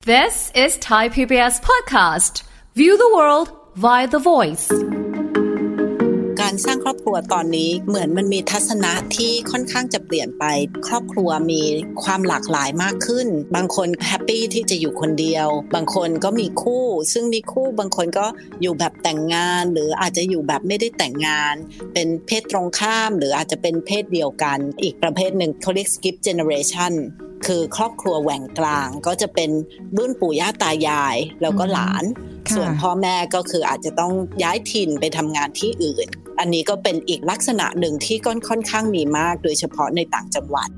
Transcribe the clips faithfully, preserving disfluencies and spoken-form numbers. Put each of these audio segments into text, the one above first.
This is Thai พี บี เอส podcast. View the world via the voice. การสร้างครอบครัวตอนนี้เหมือนมันมีทัศนะที่ค่อนข้างจะเปลี่ยนไปครอบครัวมีความหลากหลายมากขึ้นบางคนแฮปปี้ที่จะอยู่คนเดียวบางคนก็มีคู่ซึ่งมีคู่บางคนก็อยู่แบบแต่งงานหรืออาจจะอยู่แบบไม่ได้แต่งงานเป็นเพศตรงข้ามหรืออาจจะเป็นเพศเดียวกันอีกประเภทหนึ่งเขาเรียก skip generation คือครอบครัวแหว่งกลางก็จะเป็นรุ่นปู่ย่าตายายแล้วก็หลานส่วนพ่อแม่ก็คืออาจจะต้องย้ายถิ่นไปทำงานที่อื่นอันนี้ก็เป็นอีกลักษณะหนึ่งที่ค่อนข้างมีมากโดยเฉพาะในต่างจังหวัด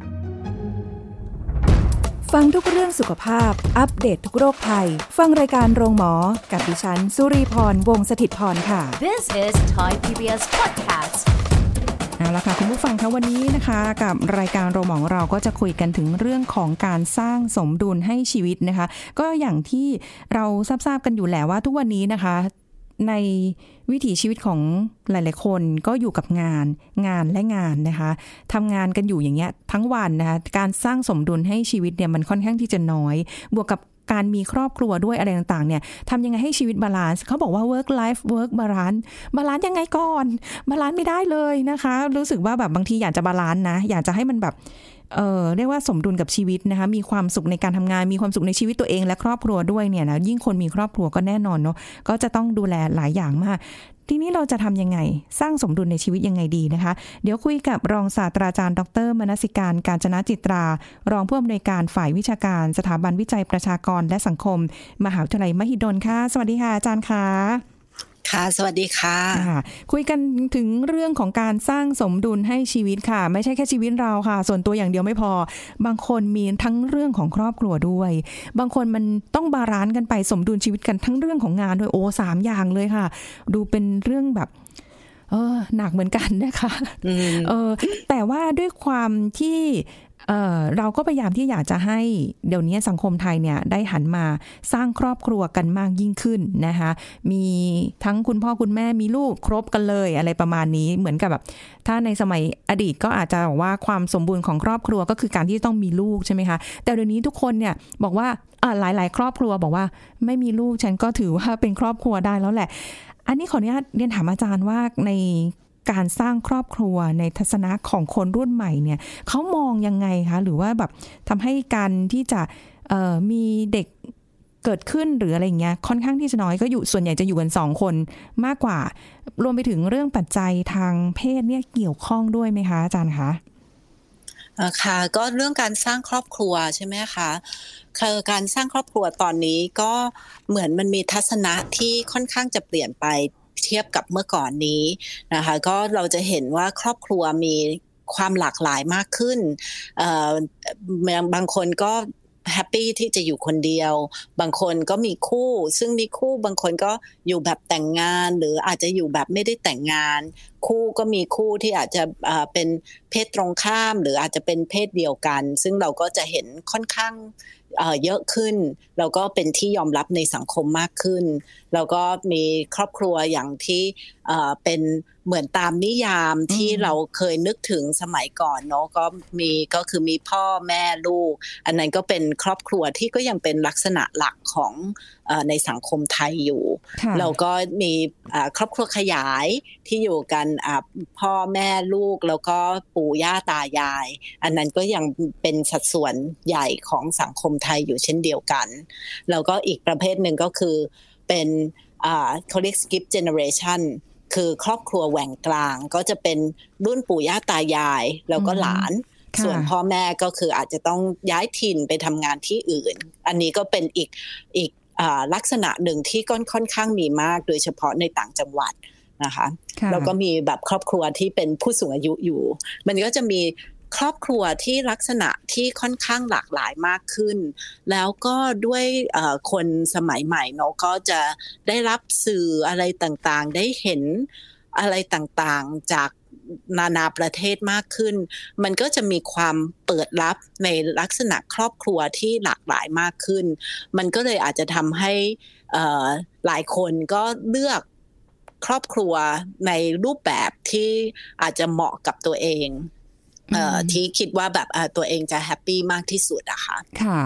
ฟังทุกเรื่องสุขภาพอัปเดต ท, ทุกโรคภัยฟังรายการโรงหมอกับดิฉันสุรีพรวงศ์สถิตย์พรค่ะ This is Thai พี บี เอส podcast เอาละค่ะคุณผู้ฟังคะวันนี้นะคะกับรายการโรงหมอเราก็จะคุยกันถึงเรื่องของการสร้างสมดุลให้ชีวิตนะคะก็อย่างที่เราทราบๆกันอยู่แล้วว่าทุกวันนี้นะคะในวิถีชีวิตของหลายๆคนก็อยู่กับงานงานและงานนะคะทำงานกันอยู่อย่างเงี้ยทั้งวันนะคะการสร้างสมดุลให้ชีวิตเนี่ยมันค่อนข้างที่จะน้อยบวกกับการมีครอบครัวด้วยอะไรต่างๆเนี่ยทำยังไงให้ชีวิตบาลานซ์เขาบอกว่า work life work balance บาลานซ์ยังไงก่อนบาลานซ์ไม่ได้เลยนะคะรู้สึกว่าแบบบางทีอยากจะบาลานซ์นะอยากจะให้มันแบบเออเรียกว่าสมดุลกับชีวิตนะคะมีความสุขในการทำงานมีความสุขในชีวิตตัวเองและครอบครัวด้วยเนี่ยนะยิ่งคนมีครอบครัวก็แน่นอนเนาะก็จะต้องดูแลหลายอย่างมากทีนี้เราจะทำยังไงสร้างสมดุลในชีวิตยังไงดีนะคะเดี๋ยวคุยกับรองศาสตราจารย์ดร.มนสิการกาญจนจิตรารองผู้อำนวยการฝ่ายวิชาการสถาบันวิจัยประชากรและสังคมมหาวิทยาลัยมหิดลค่ะสวัสดีค่ะอาจารย์ค่ะค่ะสวัสดีค่ะคุยกันถึงเรื่องของการสร้างสมดุลให้ชีวิตค่ะไม่ใช่แค่ชีวิตเราค่ะส่วนตัวอย่างเดียวไม่พอบางคนมีทั้งเรื่องของครอบครัวด้วยบางคนมันต้องบาลานซ์กันไปสมดุลชีวิตกันทั้งเรื่องของงานด้วยโอ้สามอย่างเลยค่ะดูเป็นเรื่องแบบเออหนักเหมือนกันนะคะเออแต่ว่าด้วยความที่เอ่อเราก็พยายามที่อยากจะให้เดี๋ยวนี้สังคมไทยเนี่ยได้หันมาสร้างครอบครัวกันมากยิ่งขึ้นนะคะมีทั้งคุณพ่อคุณแม่มีลูกครบกันเลยอะไรประมาณนี้เหมือนกับแบบถ้าในสมัยอดีตก็อาจจะบอกว่าความสมบูรณ์ของครอบครัวก็คือการที่ต้องมีลูกใช่ไหมคะแต่เดี๋ยวนี้ทุกคนเนี่ยบอกว่าหลายๆครอบครัวบอกว่าไม่มีลูกฉันก็ถือว่าเป็นครอบครัวได้แล้วแหละอันนี้ขออนุญาตเรียนถามอาจารย์ว่าในการสร้างครอบครัวในทัศนะของคนรุ่นใหม่เนี่ยเขามองยังไงคะหรือว่าแบบทำให้การที่จะมีเด็กเกิดขึ้นหรืออะไรเงี้ยค่อนข้างที่จะน้อยก็อยู่ส่วนใหญ่จะอยู่กันสองคนมากกว่ารวมไปถึงเรื่องปัจจัยทางเพศเนี่ยเกี่ยวข้องด้วยไหมคะอาจารย์คะค่ะก็เรื่องการสร้างครอบครัวใช่ไหมคะคือการสร้างครอบครัวตอนนี้ก็เหมือนมันมีทัศนะที่ค่อนข้างจะเปลี่ยนไปเทียบกับเมื่อก่อนนี้นะคะก็เราจะเห็นว่าครอบครัวมีความหลากหลายมากขึ้นบางคนก็แฮปปี้ที่จะอยู่คนเดียวบางคนก็มีคู่ซึ่งมีคู่บางคนก็อยู่แบบแต่งงานหรืออาจจะอยู่แบบไม่ได้แต่งงานคู่ก็มีคู่ที่อาจจะเป็นเพศตรงข้ามหรืออาจจะเป็นเพศเดียวกันซึ่งเราก็จะเห็นค่อนข้างเยอะขึ้นแล้วก็เป็นที่ยอมรับในสังคมมากขึ้นแล้วก็มีครอบครัวอย่างที่เป็นเหมือนตามนิยามที่เราเคยนึกถึงสมัยก่อนเนาะก็มีก็คือมีพ่อแม่ลูกอันนั้นก็เป็นครอบครัวที่ก็ยังเป็นลักษณะหลักของในสังคมไทยอยู่แล้วก็มีครอบครัวขยายที่อยู่กันพ่อแม่ลูกแล้วก็ปู่ย่าตายายอันนั้นก็ยังเป็นสัดส่วนใหญ่ของสังคมไทยอยู่เช่นเดียวกันแล้วก็อีกประเภทหนึ่งก็คือเป็นเขาเรียก skip generation คือครอบครัวแหว่งกลางก็จะเป็นรุ่นปู่ย่าตายายแล้วก็หลานส่วนพ่อแม่ก็คืออาจจะต้องย้ายถิ่นไปทำงานที่อื่นอันนี้ก็เป็นอีกอีกลักษณะหนึ่งที่ค่อนข้างมีมากโดยเฉพาะในต่างจังหวัดนะคะแล้วก็มีแบบครอบครัวที่เป็นผู้สูงอายุอยู่มันก็จะมีครอบครัวที่ลักษณะที่ค่อนข้างหลากหลายมากขึ้นแล้วก็ด้วยคนสมัยใหม่เนาะก็จะได้รับสื่ออะไรต่างๆได้เห็นอะไรต่างๆจากนานาประเทศมากขึ้นมันก็จะมีความเปิดรับในลักษณะครอบครัวที่หลากหลายมากขึ้นมันก็เลยอาจจะทำให้หลายคนก็เลือกครอบครัวในรูปแบบที่อาจจะเหมาะกับตัวเองที่คิดว่าแบบตัวเองจะแฮปปี้มากที่สุดอะค่ะค่ะอื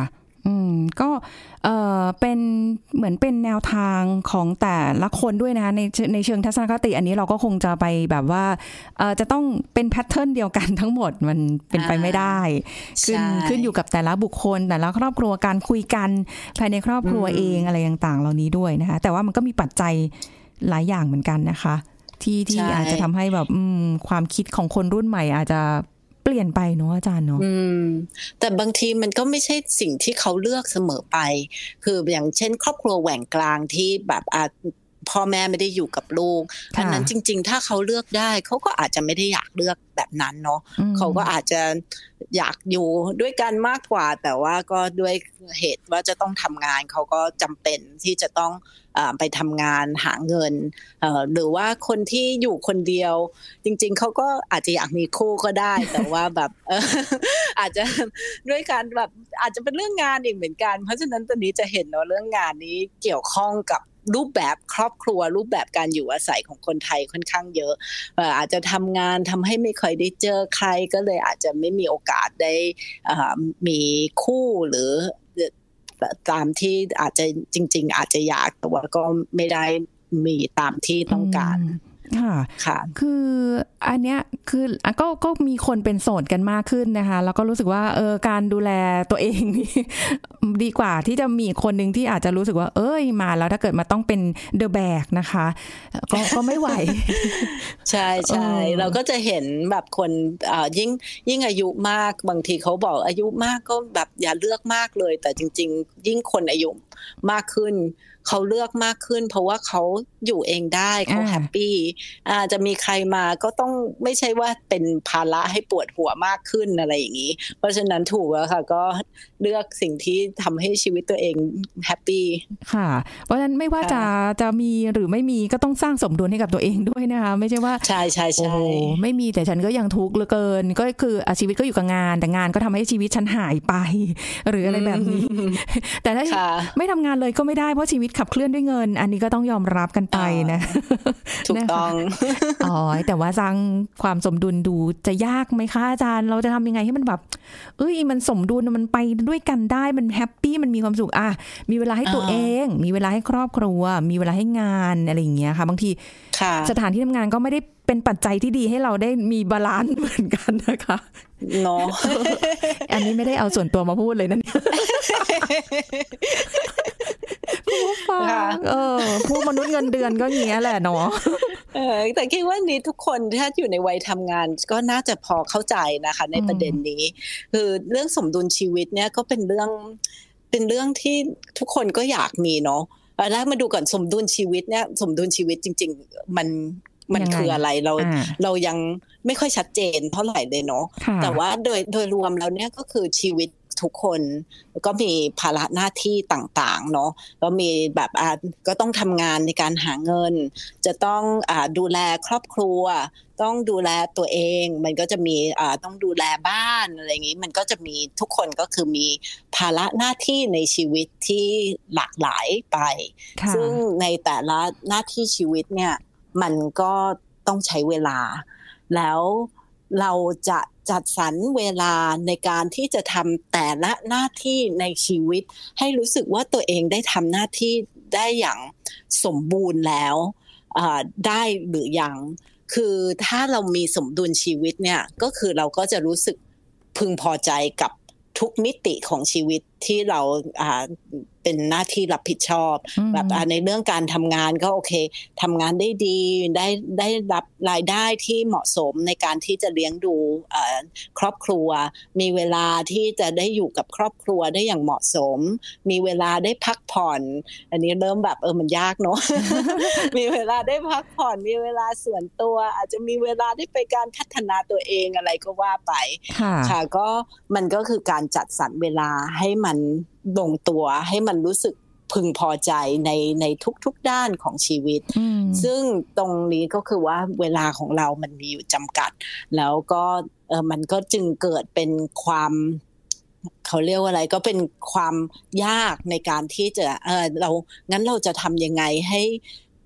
อืมก็เอ่อเป็นเหมือนเป็นแนวทางของแต่ละคนด้วยนะคะในในเชิงทัศนคติอันนี้เราก็คงจะไปแบบว่าเอ่อจะต้องเป็นแพทเทิร์นเดียวกันทั้งหมดมันเป็นไปไม่ได้ขึ้นขึ้นอยู่กับแต่ละบุคคลแต่ละครอบครัวการคุยกันภายในครอบครัวเองอะไรต่างๆเหล่านี้ด้วยนะคะแต่ว่ามันก็มีปัจจัยหลายอย่างเหมือนกันนะคะที่ที่อาจจะทำให้แบบความคิดของคนรุ่นใหม่อาจจะเปลี่ยนไปเนาะอาจารย์เนาะอืมแต่บางทีมันก็ไม่ใช่สิ่งที่เขาเลือกเสมอไปคืออย่างเช่นครอบครัวแหว่งกลางที่แบบอาจพ่อแม่ไม่ได้อยู่กับลูกอันนั้นจริงๆถ้าเขาเลือกได้เขาก็อาจจะไม่ได้อยากเลือกแบบนั้นเนาะเขาก็อาจจะอยากอยู่ด้วยกันมากกว่าแต่ว่าก็ด้วยเหตุว่าจะต้องทำงานเขาก็จำเป็นที่จะต้องไปทำงานหาเงินหรือว่าคนที่อยู่คนเดียวจริงๆเขาก็อาจจะอยากมีคู่ก็ได้แต่ว่าแบบอาจจะด้วยการแบบอาจจะเป็นเรื่องงานอีกเหมือนกันเพราะฉะนั้นตอนนี้จะเห็นเนาะเรื่องงานนี้เกี่ยวข้องกับรูปแบบครอบครัวรูปแบบการอยู่อาศัยของคนไทยค่อนข้างเยอะอาจจะทำงานทำให้ไม่ค่อยได้เจอใครก็เลยอาจจะไม่มีโอกาสได้มีคู่หรือตามที่อาจจะจริงๆอาจจะอยากแต่ว่าก็ไม่ได้มีตามที่ต้องการค่ะค่ะคืออันเนี้ยคือก็ก็มีคนเป็นโสดกันมากขึ้นนะคะแล้วก็รู้สึกว่าเออการดูแลตัวเองนี่ดีกว่าที่จะมีคนนึงที่อาจจะรู้สึกว่าเอ้ยมาแล้วถ้าเกิดมาต้องเป็นเดอะแบกนะคะก็ก็ไม่ไหวใช่ใช่เราก็จะเห็นแบบคนอ่ายิ่งยิ่งอายุมากบางทีเขาบอกอายุมากก็แบบอย่าเลือกมากเลยแต่จริงๆยิ่งคนอายุมากขึ้นเขาเลือกมากขึ้นเพราะว่าเขาอยู่เองได้เขาแฮปปี้อาจจะมีใครมาก็ต้องไม่ใช่ว่าเป็นภาระให้ปวดหัวมากขึ้นอะไรอย่างนี้เพราะฉะนั้นถูกแล้วค่ะก็เลือกสิ่งที่ทำให้ชีวิตตัวเองแฮปปี้ค่ะเพราะฉะนั้นไม่ว่าจะจะมีหรือไม่มีก็ต้องสร้างสมดุลให้กับตัวเองด้วยนะคะไม่ใช่ว่าใช่ใช่ใช่ไม่มีแต่ฉันก็ยังทุกข์เหลือเกินก็คือชีวิตก็อยู่กับงานแต่งานก็ทำให้ชีวิตฉันหายไปหรืออะไรแบบนี้แต่ถ้าไม่ทำงานเลยก็ไม่ได้เพราะชีวิตขับเคลื่อนด้วยเงินอันนี้ก็ต้องยอมรับกันไปนะถูกต้องอ๋อแต่ว่าสร้างความสมดุลดูจะยากไหมคะอาจารย์เราจะทำยังไงให้มันแบบเอ้ยมันสมดุลมันไปด้วยกันได้มันแฮปปี้มันมีความสุขอ่ะมีเวลาให้ตัวเองมีเวลาให้ครอบครัวมีเวลาให้งานอะไรอย่างเงี้ยค่ะบางทีสถานที่ทำงานก็ไม่ได้เป็นปัจจัยที่ดีให้เราได้มีบาลานซ์เหมือนกันนะคะเนาะอันนี้ไม่ได้เอาส่วนตัวมาพูดเลยนะผู้ฟังเออผู้มนุษย์เงินเดือนก็อย่างเงี้ยแหละเนาะเออแต่คิดว่านี้ทุกคนถ้าอยู่ในวัยทำงานก็น่าจะพอเข้าใจนะคะในประเด็นนี้คือเรื่องสมดุลชีวิตเนี่ยก็เป็นเรื่องเป็นเรื่องที่ทุกคนก็อยากมีเนาะแล้วมาดูก่อนสมดุลชีวิตเนี่ยสมดุลชีวิตจริงๆมันมันคืออะไรเราเรายังไม่ค่อยชัดเจนเท่าไหร่เลยเนาะแต่ว่าโดยโดยรวมแล้วเนี่ยก็คือชีวิตทุกคนก็มีภาระหน้าที่ต่างๆเนาะก็มีแบบอ่าก็ต้องทำงานในการหาเงินจะต้องอ่าดูแลครอบครัวต้องดูแลตัวเองมันก็จะมีอ่าต้องดูแลบ้านอะไรอย่างงี้มันก็จะมีทุกคนก็คือมีภาระหน้าที่ในชีวิตที่หลากหลายไปซึ่งในแต่ละหน้าที่ชีวิตเนี่ยมันก็ต้องใช้เวลาแล้วเราจะจัดสรรเวลาในการที่จะทำแต่ละหน้าที่ในชีวิตให้รู้สึกว่าตัวเองได้ทำหน้าที่ได้อย่างสมบูรณ์แล้วได้หรือยังคือถ้าเรามีสมดุลชีวิตเนี่ยก็คือเราก็จะรู้สึกพึงพอใจกับทุกมิติของชีวิตที่เราอ่าเป็นหน้าที่รับผิดชอบแบบในเรื่องการทำงานก็โอเคทำงานได้ดีได้ได้รับรายได้ที่เหมาะสมในการที่จะเลี้ยงดูครอบครัวมีเวลาที่จะได้อยู่กับครอบครัวได้อย่างเหมาะสมมีเวลาได้พักผ่อนอันนี้เริ่มแบบเออมันยากเนาะ มีเวลาได้พักผ่อนมีเวลาส่วนตัวอาจจะมีเวลาได้ไปการพัฒนาตัวเองอะไรก็ว่าไปค่ะก็มันก็คือการจัดสรรเวลาให้มันลงตัวให้มันรู้สึกพึงพอใจในในทุกๆด้านของชีวิตซึ่งตรงนี้ก็คือว่าเวลาของเรามันมีอยู่จำกัดแล้วก็เออมันก็จึงเกิดเป็นความเขาเรียกว่าอะไรก็เป็นความยากในการที่จะเออเรางั้นเราจะทำยังไงให้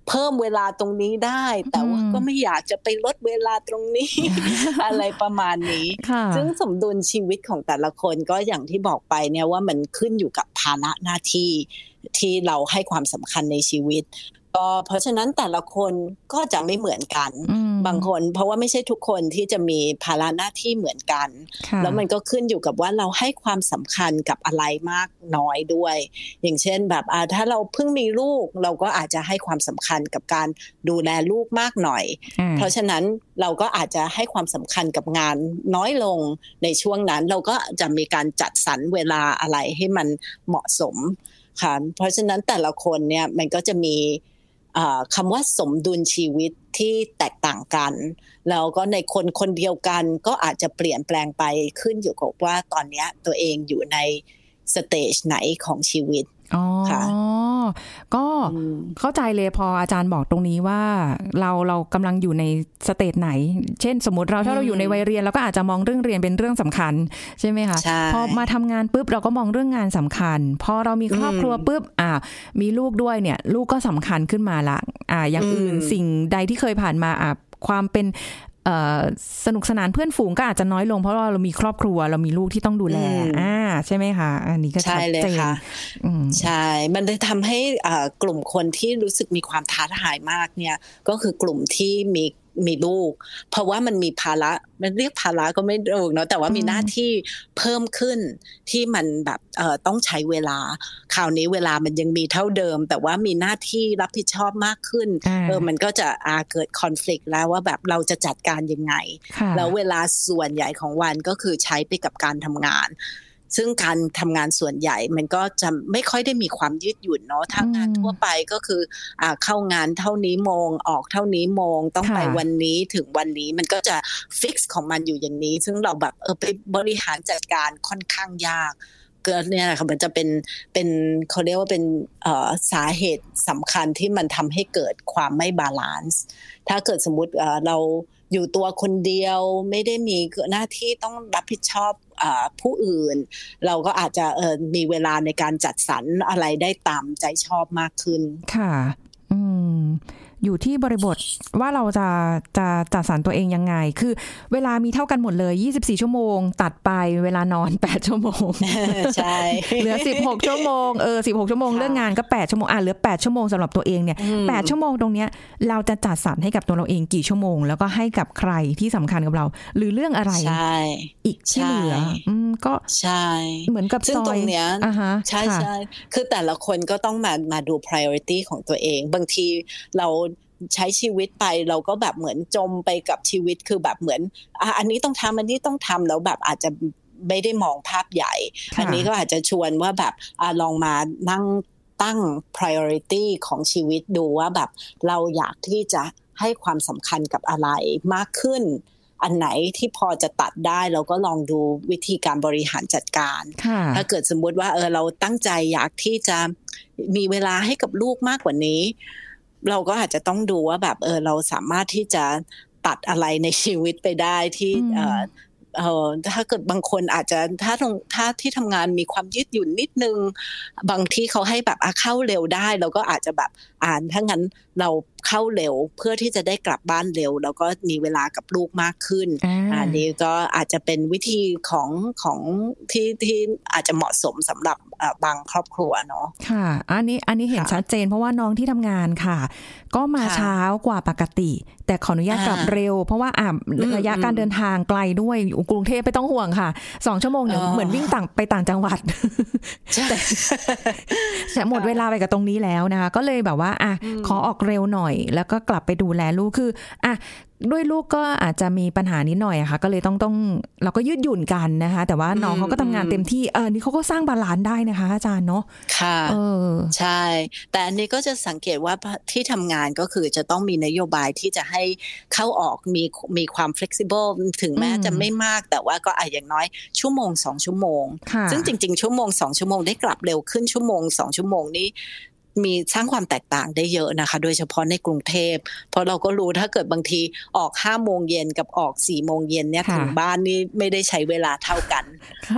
เพิ่มเวลาตรงนี้ได้แต่ว่าก็ไม่อยากจะไปลดเวลาตรงนี้ อะไรประมาณนี้ซึ่งสมดุลชีวิตของแต่ละคนก็อย่างที่บอกไปเนี่ยว่ามันขึ้นอยู่กับภาระหน้าที่ที่เราให้ความสำคัญในชีวิตก็เพราะฉะนั้นแต่ละคนก็จะไม่เหมือนกันบางคนเพราะว่าไม่ใช่ทุกคนที่จะมีภาระหน้าที่เหมือนกันแล้วมันก็ขึ้นอยู่กับว่าเราให้ความสำคัญกับอะไรมากน้อยด้วยอย่างเช่นแบบอ่าถ้าเราเพิ่งมีลูกเราก็อาจจะให้ความสำคัญกับการดูแลลูกมากหน่อยเพราะฉะนั้นเราก็อาจจะให้ความสำคัญกับงานน้อยลงในช่วงนั้นเราก็จะมีการจัดสรรเวลาอะไรให้มันเหมาะสมค่ะเพราะฉะนั้นแต่ละคนเนี่ยมันก็จะมีคำว่าสมดุลชีวิตที่แตกต่างกันแล้วก็ในคนคนเดียวกันก็อาจจะเปลี่ยนแปลงไปขึ้นอยู่กับว่าตอนนี้ตัวเองอยู่ในสเตจไหนของชีวิตอ๋อก็เข้าใจเลยพออาจารย์บอกตรงนี้ว่าเราเรากำลังอยู่ในสเตจไหนเช่นสมมติเราถ้าเราอยู่ในวัยเรียนเราก็อาจจะมองเรื่องเรียนเป็นเรื่องสำคัญใช่ไหมคะพอมาทำงานปุ๊บเราก็มองเรื่องงานสำคัญพอเรามีครอบครัวปุ๊บอ่ามีลูกด้วยเนี่ยลูกก็สำคัญขึ้นมาละอ่าอย่างอื่นสิ่งใดที่เคยผ่านมาอ่าความเป็นสนุกสนานเพื่อนฝูงก็อาจจะน้อยลงเพราะว่าเรามีครอบครัวเรามีลูกที่ต้องดูแลอ่าใช่ไหมคะอันนี้ก็ชัดเจนใช่มันเลยทำให้กลุ่มคนที่รู้สึกมีความท้าทายมากเนี่ยก็คือกลุ่มที่มีมีลูกเพราะว่ามันมีภาระมันเรียกภาระก็ไม่ถูกเนาะแต่ว่ามีหน้าที่เพิ่มขึ้นที่มันแบบเอ่อต้องใช้เวลาคราวนี้เวลามันยังมีเท่าเดิมแต่ว่ามีหน้าที่รับผิดชอบมากขึ้นเออมันก็จะอาเกิดคอนฟลิกต์แล้วว่าแบบเราจะจัดการยังไงแล้วเวลาส่วนใหญ่ของวันก็คือใช้ไปกับการทำงานซึ่งการทำงานส่วนใหญ่มันก็จะไม่ค่อยได้มีความยืดหยุ่นเนาะถ้างานทั่วไปก็คืออ่าเข้างานเท่านี้โมงออกเท่านี้โมงต้องไปวันนี้ถึงวันนี้มันก็จะฟิกซ์ของมันอยู่อย่างนี้ซึ่งเราแบบเออไปบริหารจัดการค่อนข้างยากเกิดเนี่ยค่ะมันจะเป็นเป็นเขาเรียกว่าเป็นเอ่อสาเหตุสำคัญที่มันทำให้เกิดความไม่บาลานซ์ถ้าเกิดสมมุติเอ่อเราอยู่ตัวคนเดียวไม่ได้มีหน้าที่ต้องรับผิดชอบอ่าผู้อื่นเราก็อาจจะเอ่อมีเวลาในการจัดสรรอะไรได้ตามใจชอบมากขึ้นค่ะอืมอยู่ที่บริบทว่าเราจะจะจัดสรรตัวเองยังไงคือเวลามีเท่ากันหมดเลยยี่สิบสี่ชั่วโมงตัดไปเวลานอนแปดชั่วโมงใช่เหลือสิบหกชั่วโมงเออสิบหกชั่วโมงเรื่องงานก็แปดชั่วโมงอ่ะเหลือแปดชั่วโมงสำหรับตัวเองเนี่ยแปดชั่วโมงตรงเนี้ยเราจะจัดสรรให้กับตัวเราเองกี่ชั่วโมงแล้วก็ให้กับใครที่สำคัญกับเราหรือเรื่องอะไรอีกที่เหลืออืมก็ใช่เหมือนกับซอยเนี้ยอ่าฮะใช่ใช่คือแต่ละคนก็ต้องมามาดู priority ของตัวเองบางทีเราใช้ชีวิตไปเราก็แบบเหมือนจมไปกับชีวิตคือแบบเหมือนอ่ะอันนี้ต้องทำอันนี้ต้องทำแล้วแบบอาจจะไม่ได้มองภาพใหญ่อันนี้ก็อาจจะชวนว่าแบบอ่ะลองมานั่งตั้ง priority ของชีวิตดูว่าแบบเราอยากที่จะให้ความสำคัญกับอะไรมากขึ้นอันไหนที่พอจะตัดได้เราก็ลองดูวิธีการบริหารจัดการถ้าเกิดสมมุติว่าเออเราตั้งใจอยากที่จะมีเวลาให้กับลูกมากกว่านี้เราก็อาจจะต้องดูว่าแบบเออเราสามารถที่จะตัดอะไรในชีวิตไปได้ที่เอ่อเอ่อถ้าเกิดบางคนอาจจะถ้าถ้าที่ทำงานมีความยืดหยุ่นนิดนึงบางที่เขาให้แบบเข้าเร็วได้เราก็อาจจะแบบอ่านถ้างั้นเราเข้าเร็วเพื่อที่จะได้กลับบ้านเร็วแล้วก็มีเวลากับลูกมากขึ้น อ, อันนี้ก็อาจจะเป็นวิธีของของที่ที่อาจจะเหมาะสมสำหรับบางครอบครัวเนาะค่ะอันนี้อันนี้เห็นชัดเจนเพราะว่าน้องที่ทำงานค่ะก็มาเช้ากว่าปกติแต่ขออนุญาตกลับเร็วเพราะว่าอ่าระยะการเดินทางไกลด้วยกรุงเทพไม่ต้องห่วงค่ะสองชั่วโมงอย่างเหมือนวิ่งต่างไปต่างจังหวัดแต่หมดเวลาไปกับตรงนี้แล้วนะคะก็เลยแบบว่าอ่ะขอออกเร็วหน่อยแล้วก็กลับไปดูแลลูกคืออ่ะด้วยลูกก็อาจจะมีปัญหานิดหน่อยอะค่ะก็เลยต้องต้องเราก็ยืดหยุ่นกันนะคะแต่ว่าน้องเขาก็ทำงานเต็มที่เออนี่เขาก็สร้างบาลานซ์ได้นะคะอาจารย์เนาะค่ะเออใช่แต่อันนี้ก็จะสังเกตว่าที่ทำงานก็คือจะต้องมีนโยบายที่จะให้เข้าออกมีมีความ flexible ถึงแม้จะไม่มากแต่ว่าก็อาจอย่างน้อยชั่วโมงสองชั่วโมงซึ่งจริงๆชั่วโมงสองชั่วโมงได้กลับเร็วขึ้นชั่วโมงสองชั่วโมงนี้มีสร้างความแตกต่างได้เยอะนะคะโดยเฉพาะในกรุงเทพเพราะเราก็รู้ถ้าเกิดบางทีออกห้าโมงเย็นกับออกสี่โมงเย็นเนี่ยถึงบ้านนี่ไม่ได้ใช้เวลาเท่ากันค่ะ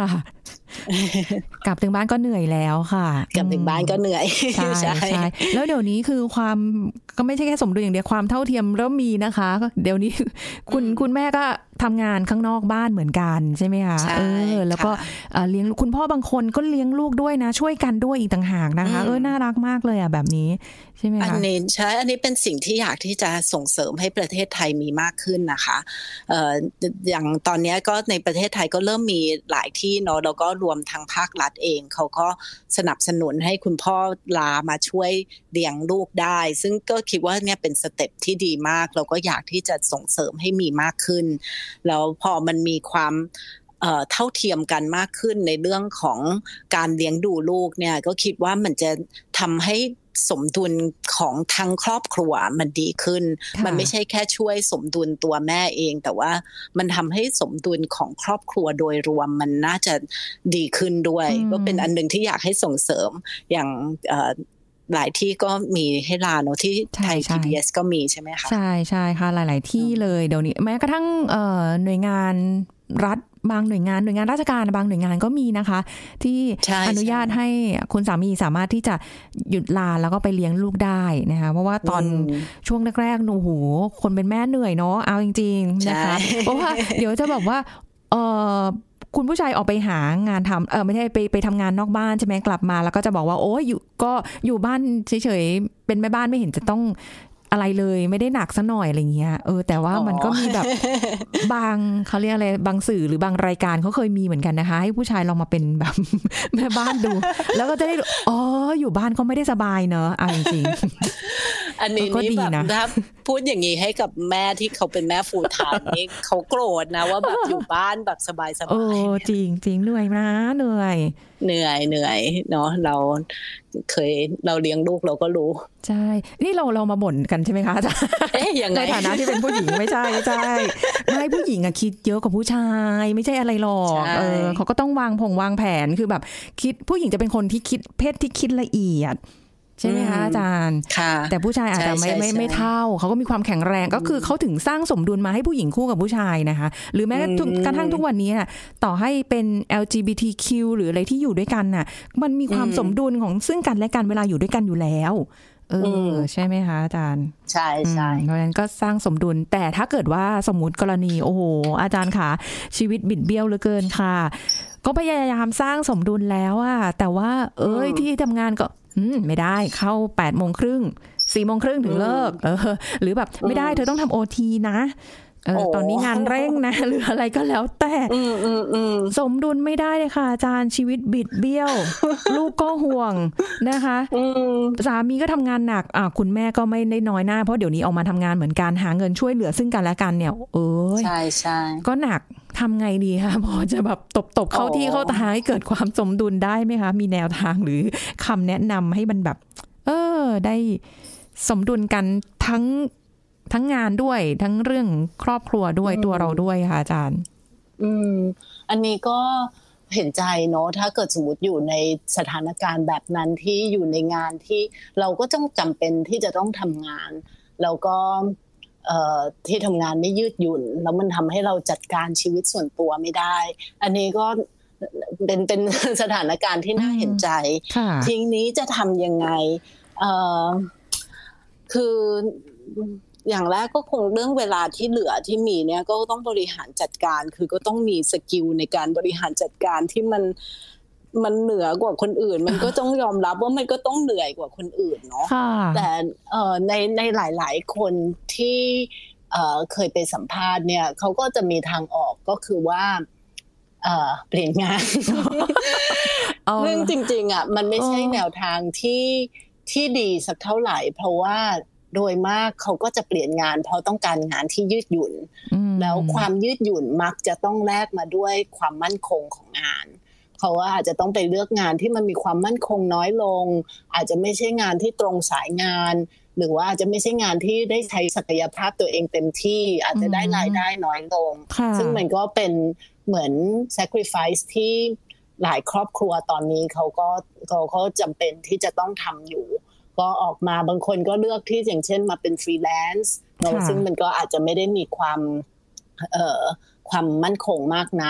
กลับถึงบ้านก็เหนื่อยแล้วค่ะกลับถึงบ้านก็เหนื่อยใช่ใช่แล้วเดี๋ยวนี้คือความก็ไม่ใช่แค่สมดุลอย่างเดียวความเท่าเทียมเริ่มมีนะคะเดี๋ยวนี้คุณคุณแม่ก็ทำงานข้างนอกบ้านเหมือนกันใช่ไหมคะเออแล้วก็เลี้ยงคุณพ่อบางคนก็เลี้ยงลูกด้วยนะช่วยกันด้วยอีกต่างหากนะคะเออน่ารักมากเลยอ่ะแบบนี้ใช่ไหมคะอันนี้ใช่อันนี้เป็นสิ่งที่อยากที่จะส่งเสริมให้ประเทศไทยมีมากขึ้นนะคะเอ่ออย่างตอนนี้ก็ในประเทศไทยก็เริ่มมีหลายที่เนาะแล้วก็รวมทางภาครัฐเองเขาก็สนับสนุนให้คุณพ่อลามาช่วยเลี้ยงลูกได้ซึ่งก็คิดว่าเนี่ยเป็นสเต็ปที่ดีมากเราก็อยากที่จะส่งเสริมให้มีมากขึ้นแล้วพอมันมีความเอ่อเท่าเทียมกันมากขึ้นในเรื่องของการเลี้ยงดูลูกเนี่ยก็คิดว่ามันจะทำให้สมดุลของทั้งครอบครัวมันดีขึ้นมันไม่ใช่แค่ช่วยสมดุลตัวแม่เองแต่ว่ามันทำให้สมดุลของครอบครัวโดยรวมมันน่าจะดีขึ้นด้วยก็เป็นอันนึงที่อยากให้ส่งเสริมอย่างเอ่อหลายที่ก็มีให้ลาเนอะที่ไทย พี บี เอส ก็มีใช่ไหมคะใช่ใช่ค่ะหลายๆที่เลยเดี๋ยวนี้แม้กระทั่งหน่วยงานรัฐบางหน่วยงานหน่วยงานราชการบางหน่วยงานก็มีนะคะที่อนุญาตให้คุณสามีสามารถที่จะหยุดลาแล้วก็ไปเลี้ยงลูกได้นะคะเพราะว่าตอนช่วงแรกๆหนูโหคนเป็นแม่เหนื่อยเนาะเอาจริงๆนะคะเพราะว่าเดี๋ยวจะบอกว่าเออคุณผู้ชายออกไปหางานทำเออไม่ใช่ไปไปทำงานนอกบ้านใช่ไหมกลับมาแล้วก็จะบอกว่าโอ้ยอยู่ก็อยู่บ้านเฉยๆเป็นแม่บ้านไม่เห็นจะต้องอะไรเลยไม่ได้หนักซะหน่อยอะไรเงี้ยเออแต่ว่ามันก็มีแบบบางเขาเรียกอะไรบางสื่อหรือบางรายการเขาเคยมีเหมือนกันนะคะให้ผู้ชายลองมาเป็นแบบแม่บ้านดูแล้วก็จะได้อ๋ออยู่บ้านเขาไม่ได้สบายเนอะเอาจริงๆอันนี้นี่แบบถ้าพูดอย่างนี้ให้กับแม่ที่เขาเป็นแม่ฟูลไทม์นี่เขาโกรธนะว่าแบบอยู่บ้านแบบสบายๆโอ้จริงจริงเหนื่อยนะเหนื่อยเหนื่อยเหนื่อยเนาะเราเคยเราเลี้ยงลูกเราก็รู้ใช่นี่เราเรามาบ่นกันใช่ไหมคะอาจารย์เอ๊ยยังไงในฐานะที่เป็นผู้หญิงไม่ใช่ไม่ใช่ไม่ผู้หญิงอะคิดเยอะกว่าผู้ชายไม่ใช่อะไรหรอกเออเขาก็ต้องวางผงวางแผนคือแบบคิดผู้หญิงจะเป็นคนที่คิดเพศที่คิดละเอียดใช่ไหมคะอาจารย์แต่ผู้ชายอาจจะไม่ไม่ไม่เท่าเขาก็มีความแข็งแรงก็คือเขาถึงสร้างสมดุลมาให้ผู้หญิงคู่กับผู้ชายนะคะหรือแม้กระทั่งทุกวันนี้น่ะต่อให้เป็น แอล จี บี ที คิว หรืออะไรที่อยู่ด้วยกันน่ะมันมีความสมดุลของซึ่งกันและกันเวลาอยู่ด้วยกันอยู่แล้วเออใช่ไหมคะอาจารย์ใช่ใช่เพราะฉะนั้นก็สร้างสมดุลแต่ถ้าเกิดว่าสมมุติกรณีโอ้โหอาจารย์ค่ะชีวิตบิดเบี้ยวเหลือเกินค่ะก็พยายามสร้างสมดุลแล้วอะแต่ว่าเอ้ยที่ทำงานก็ไม่ได้เข้าแปดโมงครึ่งสี่โมงครึ่งถึงเลิกเออหรือแบบไม่ได้เธอต้องทำโอทีนะเออตอนนี้งานเร่งนะหรืออะไรก็แล้วแต่สมดุลไม่ได้เลยค่ะอาจารย์ชีวิตบิดเบี้ยวลูกก็ห่วงนะคะสามีก็ทำงานหนักอ่ะคุณแม่ก็ไม่ได้น้อยหน้าเพราะเดี๋ยวนี้ออกมาทำงานเหมือนกันหาเงินช่วยเหลือซึ่งกันและกันเนี่ยเออใช่ใช่ก็หนักทำไงดีคะพอจะแบบตบตบเข้าที่เข้าทางให้เกิดความสมดุลได้ไหมคะมีแนวทางหรือคำแนะนำให้มันแบบเออได้สมดุลกันทั้งทั้งงานด้วยทั้งเรื่องครอบครัวด้วยตัวเราด้วยค่ะอาจารย์อืมอันนี้ก็เห็นใจเนาะถ้าเกิดสมมติอยู่ในสถานการณ์แบบนั้นที่อยู่ในงานที่เราก็ต้องจำเป็นที่จะต้องทำงานแล้วก็เอ่อที่ทำงานไม่ยืดหยุ่นแล้วมันทำให้เราจัดการชีวิตส่วนตัวไม่ได้อันนี้ก็เป็นเป็นสถานการณ์ที่น่าเห็นใจทีนี้จะทำยังไงเอ่อคืออย่างแรกก็คงเรื่องเวลาที่เหลือที่มีเนี่ยก็ต้องบริหารจัดการคือก็ต้องมีสกิลในการบริหารจัดการที่มันมันเหนือกว่าคนอื่นมันก็ต้องยอมรับว่ามันก็ต้องเหนื่อยกว่าคนอื่นเนาะแต่เอ่อในในหลายๆคนที่เอ่อเคยไปสัมภาษณ์เนี่ยเขาก็จะมีทางออกก็คือว่าเอ่อเปลี่ยนงานเรื่องจริงๆอ่ะมันไม่ใช่แนวทางที่ที่ดีสักเท่าไหร่เพราะว่าโดยมากเขาก็จะเปลี่ยนงานเพราะต้องการงานที่ยืดหยุ่นแล้วความยืดหยุ่นมักจะต้องแลกมาด้วยความมั่นคงของงานเขาว่าอาจจะต้องไปเลือกงานที่มันมีความมั่นคงน้อยลงอาจจะไม่ใช่งานที่ตรงสายงานหรือว่าอาจจะไม่ใช่งานที่ได้ใช้ศักยภาพตัวเองเต็มที่อาจจะได้รายได้น้อยลงซึ่งมันก็เป็นเหมือน sacrifice ที่หลายครอบครัวตอนนี้เขาก็เขาก็จำเป็นที่จะต้องทำอยู่ก็ออกมาบางคนก็เลือกที่อย่างเช่นมาเป็นฟรีแลนซ์ซึ่งมันก็อาจจะไม่ได้มีความเอ่อความมั่นคงมากนัก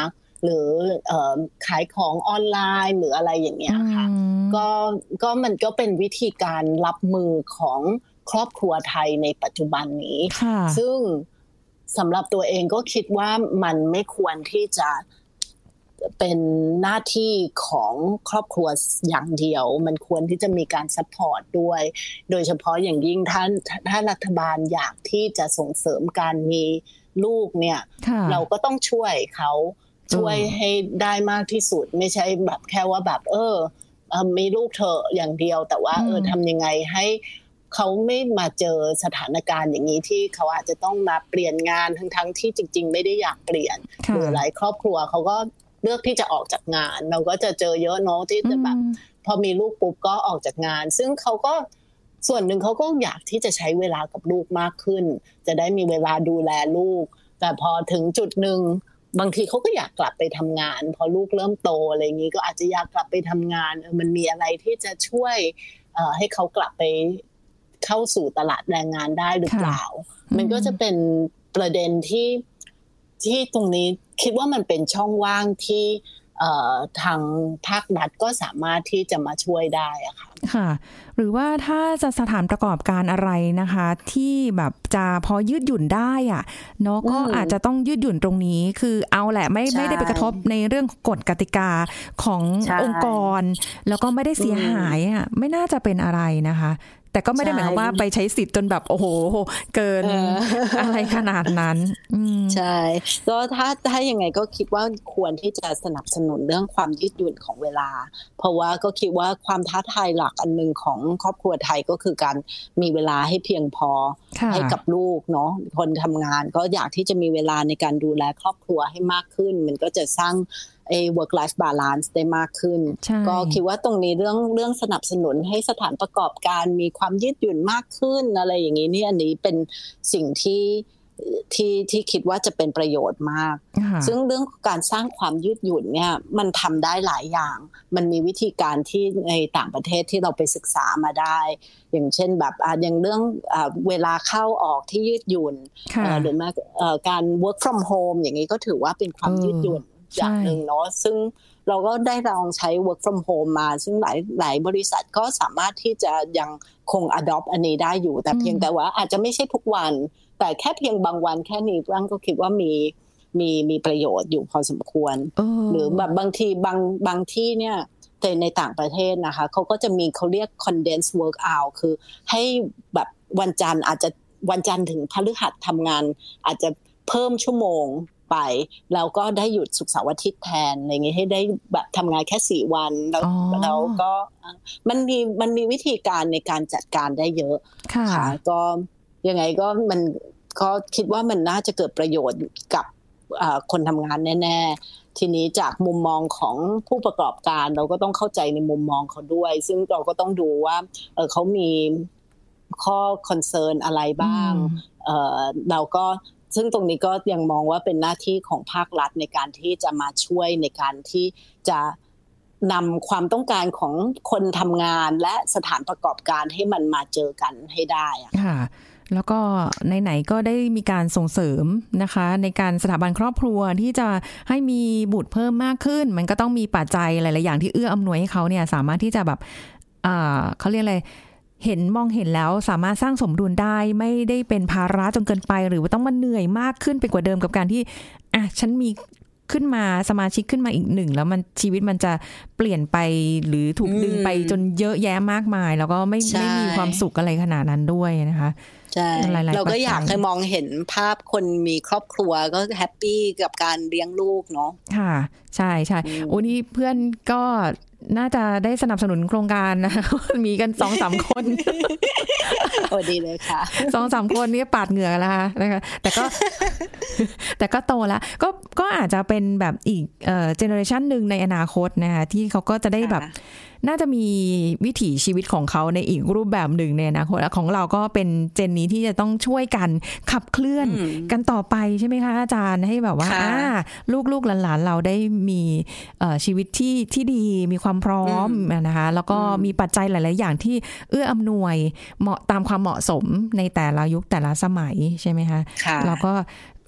หรือเอ่อขายของออนไลน์หรืออะไรอย่างเงี้ยค่ะก็ก็มันก็เป็นวิธีการรับมือของครอบครัวไทยในปัจจุบันนี้ซึ่งสำหรับตัวเองก็คิดว่ามันไม่ควรที่จะเป็นหน้าที่ของครอบครัวอย่างเดียวมันควรที่จะมีการซัพพอร์ตด้วยโดยเฉพาะอย่างยิ่งถ้าถ้ารัฐบาลอยากที่จะส่งเสริมการมีลูกเนี่ยเราก็ต้องช่วยเขาช่วยให้ได้มากที่สุดไม่ใช่แบบแค่ว่าแบบเออมีลูกเธออย่างเดียวแต่ว่าเออทำยังไงให้เขาไม่มาเจอสถานการณ์อย่างนี้ที่เขาอาจจะต้องมาเปลี่ยนงานทั้งๆที่จริงๆไม่ได้อยากเปลี่ยนหรือหลายครอบครัวเขาก็เลือกที่จะออกจากงานเราก็จะเจอเยอะเนาะที่จะแบบพอมีลูกปุ๊บก็ออกจากงานซึ่งเขาก็ส่วนหนึ่งเขาก็อยากที่จะใช้เวลากับลูกมากขึ้นจะได้มีเวลาดูแลลูกแต่พอถึงจุดหนึ่งบางทีเขาก็อยากกลับไปทำงานพอลูกเริ่มโตอะไรอย่างนี้ก็อาจจะอยากกลับไปทำงานเออมันมีอะไรที่จะช่วยเอ่อให้เขากลับไปเข้าสู่ตลาดแรงงานได้หรือเปล่ามันก็จะเป็นประเด็นที่ที่ตรงนี้คิดว่ามันเป็นช่องว่างที่ทางภาครัฐก็สามารถที่จะมาช่วยได้อะค่ะค่ะหรือว่าถ้าจะสถานประกอบการอะไรนะคะที่แบบจะพอยืดหยุ่นได้อะเนาะก็อาจจะต้องยืดหยุ่นตรงนี้คือเอาแหละไม่ไม่ได้ไปกระทบในเรื่องกฎกติกาขององค์กรแล้วก็ไม่ได้เสียหายอ่ะไม่น่าจะเป็นอะไรนะคะแต่ก็ไม่ได้หมายความว่าไปใช้สิทธิ์จนแบบโอ้โหเกิน อ, อะไรขนาดนั้นใช่ก็ถ้าถ้ายังไงก็คิดว่าควรที่จะสนับสนุนเรื่องความยืดหยุ่นของเวลาเพราะว่าก็คิดว่าความท้าทายหลักอันนึงของครอบครัวไทยก็คือการมีเวลาให้เพียงพอให้กับลูกเนาะคนทำงานก็อยากที่จะมีเวลาในการดูแลครอบครัวให้มากขึ้นมันก็จะสร้างไอ้ work life balance ได้มากขึ้นก็คิดว่าตรงนี้เรื่องเรื่องสนับสนุนให้สถานประกอบการมีความยืดหยุ่นมากขึ้นอะไรอย่างนี้นี่อันนี้เป็นสิ่งที่ที่ที่คิดว่าจะเป็นประโยชน์มากซึ่งเรื่องการสร้างความยืดหยุ่นเนี่ยมันทำได้หลายอย่างมันมีวิธีการที่ในต่างประเทศที่เราไปศึกษามาได้อย่างเช่นแบบอย่างเรื่องเวลาเข้าออกที่ยืดหยุ่นหรือแม้การ work from home อย่างนี้ก็ถือว่าเป็นความยืดหยุ่นอย่างหนึ่งเนาะซึ่งเราก็ได้ลองใช้ work from home มาซึ่งหลายหลายบริษัทก็สามารถที่จะยังคง adopt อันนี้ได้อยู่แต่เพียงแต่ว่าอาจจะไม่ใช่ทุกวันแต่แค่เพียงบางวันแค่นี้ร่างก็คิดว่ามีมีมีประโยชน์อยู่พอสมควรหรือแบบบางทีบางบางที่เนี่ยแต่ในต่างประเทศนะคะเขาก็จะมีเขาเรียก condensed work hour คือให้แบบวันจันทร์อาจจะวันจันทร์ถึงพฤหัสทำงานอาจจะเพิ่มชั่วโมงไปแล้วก็ได้หยุดศุกร์เสาร์อาทิตย์แทนอะไรเงี้ยให้ได้แบบทำงานแค่สี่วันแล้วแล้วก็มันมีมันมีวิธีการในการจัดการได้เยอะค่ะก็ยังไงก็มันก็คิดว่ามันน่าจะเกิดประโยชน์กับคนทำงานแน่ๆทีนี้จากมุมมองของผู้ประกอบการเราก็ต้องเข้าใจในมุมมองเขาด้วยซึ่งเราก็ต้องดูว่าเออเขามีข้อคอนเซิร์นอะไรบ้างเออเราก็ซึ่งตรงนี้ก็ยังมองว่าเป็นหน้าที่ของภาครัฐในการที่จะมาช่วยในการที่จะนำความต้องการของคนทำงานและสถานประกอบการให้มันมาเจอกันให้ได้ค่ะแล้วก็ไหนๆก็ได้มีการส่งเสริมนะคะในการสถาบันครอบครัวที่จะให้มีบุตรเพิ่มมากขึ้นมันก็ต้องมีปัจจัยหลายๆอย่างที่เอื้ออำนวยให้เขาเนี่ยสามารถที่จะแบบอ่าเขาเรียกอะไรเห็นมองเห็นแล้วสามารถสร้างสมดุลได้ไม่ได้เป็นภาระจนเกินไปหรือว่าต้องมาเหนื่อยมากขึ้นไปกว่าเดิมกับการที่อ่ะฉันมีขึ้นมาสมาชิกขึ้นมาอีกหนึ่งแล้วมันชีวิตมันจะเปลี่ยนไปหรือถูกดึงไปจนเยอะแยะมากมายแล้วก็ไม่ไม่มีความสุขอะไรขนาดนั้นด้วยนะคะใช่เราก็อยากให้มองเห็นภาพคนมีครอบครัวก็แฮปปี้กับการเลี้ยงลูกเนาะค่ะใช่ใช่โอ้นี่เพื่อนก็น่าจะได้สนับสนุนโครงการนะมีกัน สองสาม คนโอ้ดีเลยค่ะสองสาม คนนี่ปาดเหงื่อแล้วนะคะแต่ก็แต่ก็โตแล้วก็ก็อาจจะเป็นแบบอีกเอ่อเจเนอเรชันนึงในอนาคตนะคะที่เขาก็จะได้แบบน่าจะมีวิถีชีวิตของเขาในอีกรูปแบบหนึ่งในอนาคตของเราก็เป็นเจนนี้ที่จะต้องช่วยกันขับเคลื่อนกันต่อไปใช่ไหมคะอาจารย์ให้แบบว่าลูกๆหลานๆเราได้มีชีวิตที่ที่ดีมีความพร้อมนะคะแล้วก็มีปัจจัยหลายๆอย่างที่เอื้ออำนวยเหมาะตามความเหมาะสมในแต่ละยุคแต่ละสมัยใช่ไหมคะแล้วก็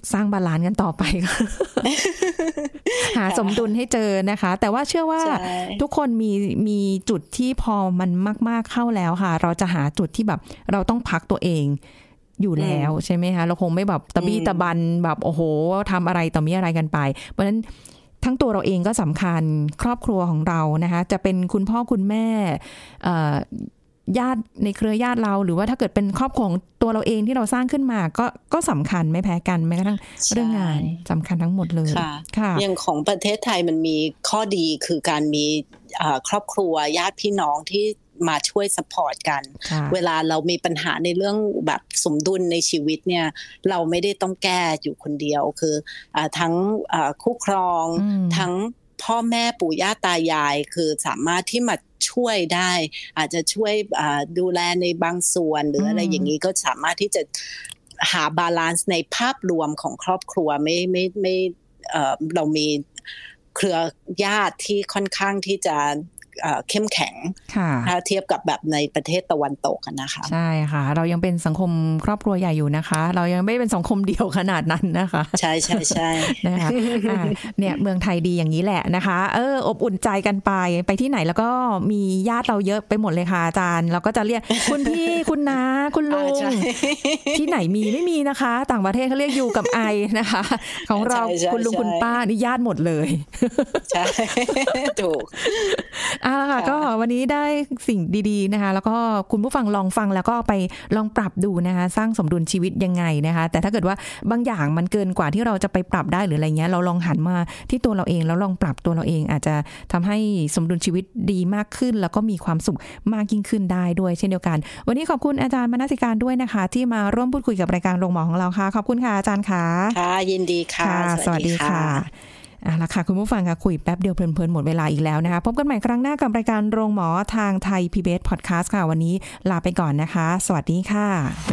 สร้างบาลานซ์กันต่อไป หาสมดุลให้เจอนะคะแต่ว่าเชื่อว่าทุกคนมีมีจุดที่พอมันมากๆเข้าแล้วค่ะเราจะหาจุดที่แบบเราต้องพักตัวเองอยู่แล้วใช่ไหมคะเราคงไม่แบบตะบี้ตะบันแบบโอ้โหทำอะไรต่อมีอะไรกันไปเพราะฉะนั้นทั้งตัวเราเองก็สำคัญครอบครัวของเรานะคะจะเป็นคุณพ่อคุณแม่ญาติในเครือญาติเราหรือว่าถ้าเกิดเป็นครอบครัวของตัวเราเองที่เราสร้างขึ้นมาก็ก็สำคัญไม่แพ้กันแม้กระทั่งเรื่องงานสำคัญทั้งหมดเลยค่ะอย่างของประเทศไทยมันมีข้อดีคือการมีครอบครัวญาติพี่น้องที่มาช่วยซัพพอร์ตกันเวลาเรามีปัญหาในเรื่องแบบสมดุลในชีวิตเนี่ยเราไม่ได้ต้องแก้อยู่คนเดียวคือทั้งคู่ครองทั้งพ่อแม่ปู่ย่าตายายคือสามารถที่มาช่วยได้อาจจะช่วยดูแลในบางส่วนหรืออะไรอย่างนี้ก็สามารถที่จะหาบาลานซ์ในภาพรวมของครอบครัวไม่ไม่ไม่เรามีเครือญาติที่ค่อนข้างที่จะเข้มแข็งถ้าเทียบกับแบบในประเทศตะวันตกนะคะใช่ค่ะเรายังเป็นสังคมครอบครัวใหญ่อยู่นะคะเรายังไม่เป็นสังคมเดียวขนาดนั้นนะคะใช่ใช่ใช่นะคะเนี่ยเมืองไทยดีอย่างนี้แหละนะคะเอออบอุ่นใจกันไปไปที่ไหนแล้วก็มีญาติเราเยอะไปหมดเลยค่ะอาจารย์เราก็จะเรียกคุณพี่คุณน้าคุณลุงที่ไหนมีไม่มีนะคะต่างประเทศเขาเรียกอยู่กับไอนะคะของเราคุณลุงคุณป้านี่ญาติหมดเลยใช่ถูกอ่าค่ะก็วันนี้ได้สิ่งดีๆนะคะแล้วก็คุณผู้ฟังลองฟังแล้วก็ไปลองปรับดูนะคะสร้างสมดุลชีวิตยังไงนะคะแต่ถ้าเกิดว่าบางอย่างมันเกินกว่าที่เราจะไปปรับได้หรืออะไรเงี้ยเราลองหันมาที่ตัวเราเองแล้วลองปรับตัวเราเองอาจจะทำให้สมดุลชีวิตดีมากขึ้นแล้วก็มีความสุขมากยิ่งขึ้นได้ด้วยเช่นเดียวกันวันนี้ขอบคุณอาจารย์มนสิการด้วยนะคะที่มาร่วมพูดคุยกับรายการโรงหมอของเราค่ะขอบคุณค่ะอาจารย์ค่ะค่ะยินดีค่ะสวัสดีค่ะอ่ะล่ะค่ะคุณผู้ฟังค่ะคุยแป๊บเดียวเพลินๆหมดเวลาอีกแล้วนะคะพบกันใหม่ครั้งหน้ากับรายการโรงหมอทางไทย พี บี เอส Podcast ค่ะวันนี้ลาไปก่อนนะคะสวัสดีค่ะ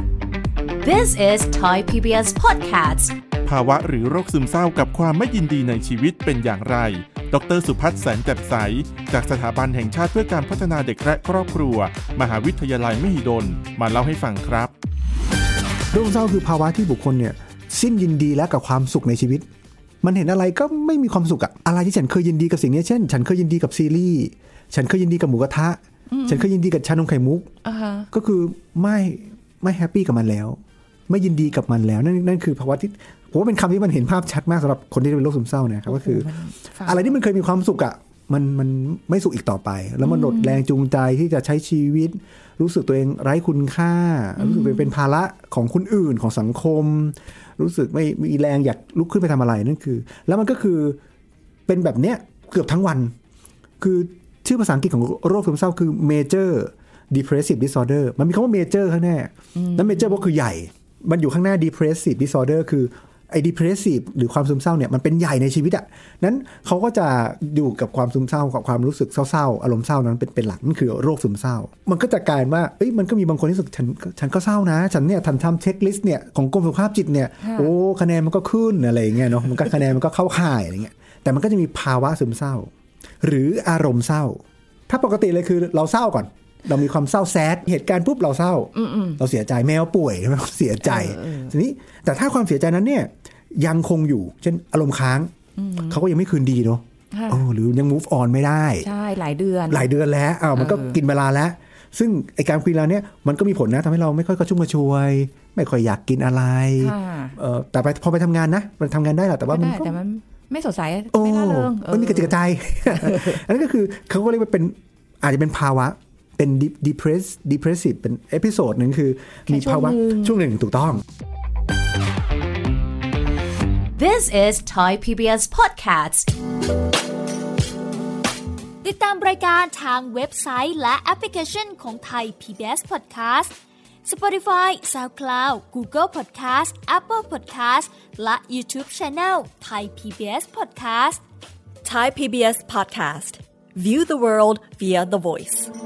This is Thai พี บี เอส Podcast ภาวะหรือโรคซึมเศร้ากับความไม่ยินดีในชีวิตเป็นอย่างไรดร.สุภัทร แสนแจ่มใสจากสถาบันแห่งชาติเพื่อการพัฒนาเด็กและครอบครัวมหาวิทยาลัยมหิดลมาเล่าให้ฟังครับโรคซึมเศร้าคือภาวะที่บุคคลเนี่ยสิ้นยินดีและกับความสุขในชีวิตมันเห็นอะไรก็ไม่มีความสุขอะอะไรที่ฉันเคยยินดีกับสิ่งนี้เช่นฉันเคยยินดีกับซีรีส์ฉันเคยยินดีกับหมูกระทะฉันเคยยินดีกับชานมไข่มุก uh-huh. ก็คือไม่ไม่แฮปปี้กับมันแล้วไม่ยินดีกับมันแล้วนั่นนั่นคือภาวะที่ผมว่าเป็นคำที่มันเห็นภาพชัดมากสำหรับคนที่เป็นโรคซึมเศร้านะครับก็คืออะไรที่มันเคยมีความสุขอะมันมันไม่สุขอีกต่อไปแล้วมันหมดแรงจูงใจที่จะใช้ชีวิตรู้สึกตัวเองไร้คุณค่ารู้สึกตัวเองเป็นภาระของคนอื่นของสังคมรู้สึกไม่มีแรงอยากลุกขึ้นไปทำอะไรนั่นคือแล้วมันก็คือเป็นแบบเนี้ยเกือบทั้งวันคือชื่อภาษาอังกฤษของโรคซึมเศร้าคือ major depressive disorder มันมีคำว่า major ข้างหน้าแล้ว major ก็คือใหญ่มันอยู่ข้างหน้า depressive disorder คือไอ้ depressive หรือความซึมเศร้าเนี่ยมันเป็นใหญ่ในชีวิตอ่ะนั้นเขาก็จะอยู่กับความซึมเศร้ากับความรู้สึกเศร้าๆอารมณ์เศร้านั้นเป็นเป็นหลักนั่นคือโรคซึมเศร้ามันก็จะกลายว่าเอ้ยมันก็มีบางคนที่รู้สึกฉันฉันก็เศร้านะฉันเนี่ยทันทำเช็คลิสต์เนี่ยของกรมสุขภาพจิตเนี่ยโอ้คะแนนมันก็ขึ้นอะไรอย่างเงี้ยเนาะมันก็คะแนนมันก็เข้าข่ายอะไรเงี้ยแต่มันก็จะมีภาวะซึมเศร้าหรืออารมณ์เศร้าถ้าปกติเลยคือเราเศร้าก่อนเรามีความเศร้าแซดเหตุการณ์ปุ๊บเราเศร้าเราเสียใจแมวป่วยเราเสียใจทีนี้แต่ถ้าความเสียใจนั้นเนี่ยยังคงอยู่เช่นอารมณ์ค้างเขาก็ยังไม่คืนดีเนาะหรือยัง move on ไม่ได้ใช่หลายเดือนหลายเดือนแล้วอ้าวมันก็กินเวลาแล้วซึ่งไอการคุยแล้วเนี่ยมันก็มีผลนะทำให้เราไม่ค่อยกระชุ่มกระชวยไม่ค่อยอยากกินอะไรแต่ไปพอไปทำงานนะมันทำงานได้แหละแต่ว่ามันแต่มันไม่สดใสไม่ร่าเริงมันมีกระจิกกระใจอันนั้นก็คือเขาก็เรียกว่าเป็นอาจจะเป็นภาวะเป็น depress depressive เป็นเอพิโซดหนึ่งคือมีภาวะช่วงหนึ่งถูกต้อง This is Thai พี บี เอส Podcast ติดตามรายการทางเว็บไซต์และแอปพลิเคชันของ Thai พี บี เอส Podcast Spotify, SoundCloud, Google Podcast, Apple Podcast และ YouTube Channel Thai พี บี เอส Podcast Thai พี บี เอส Podcast View the world via the voice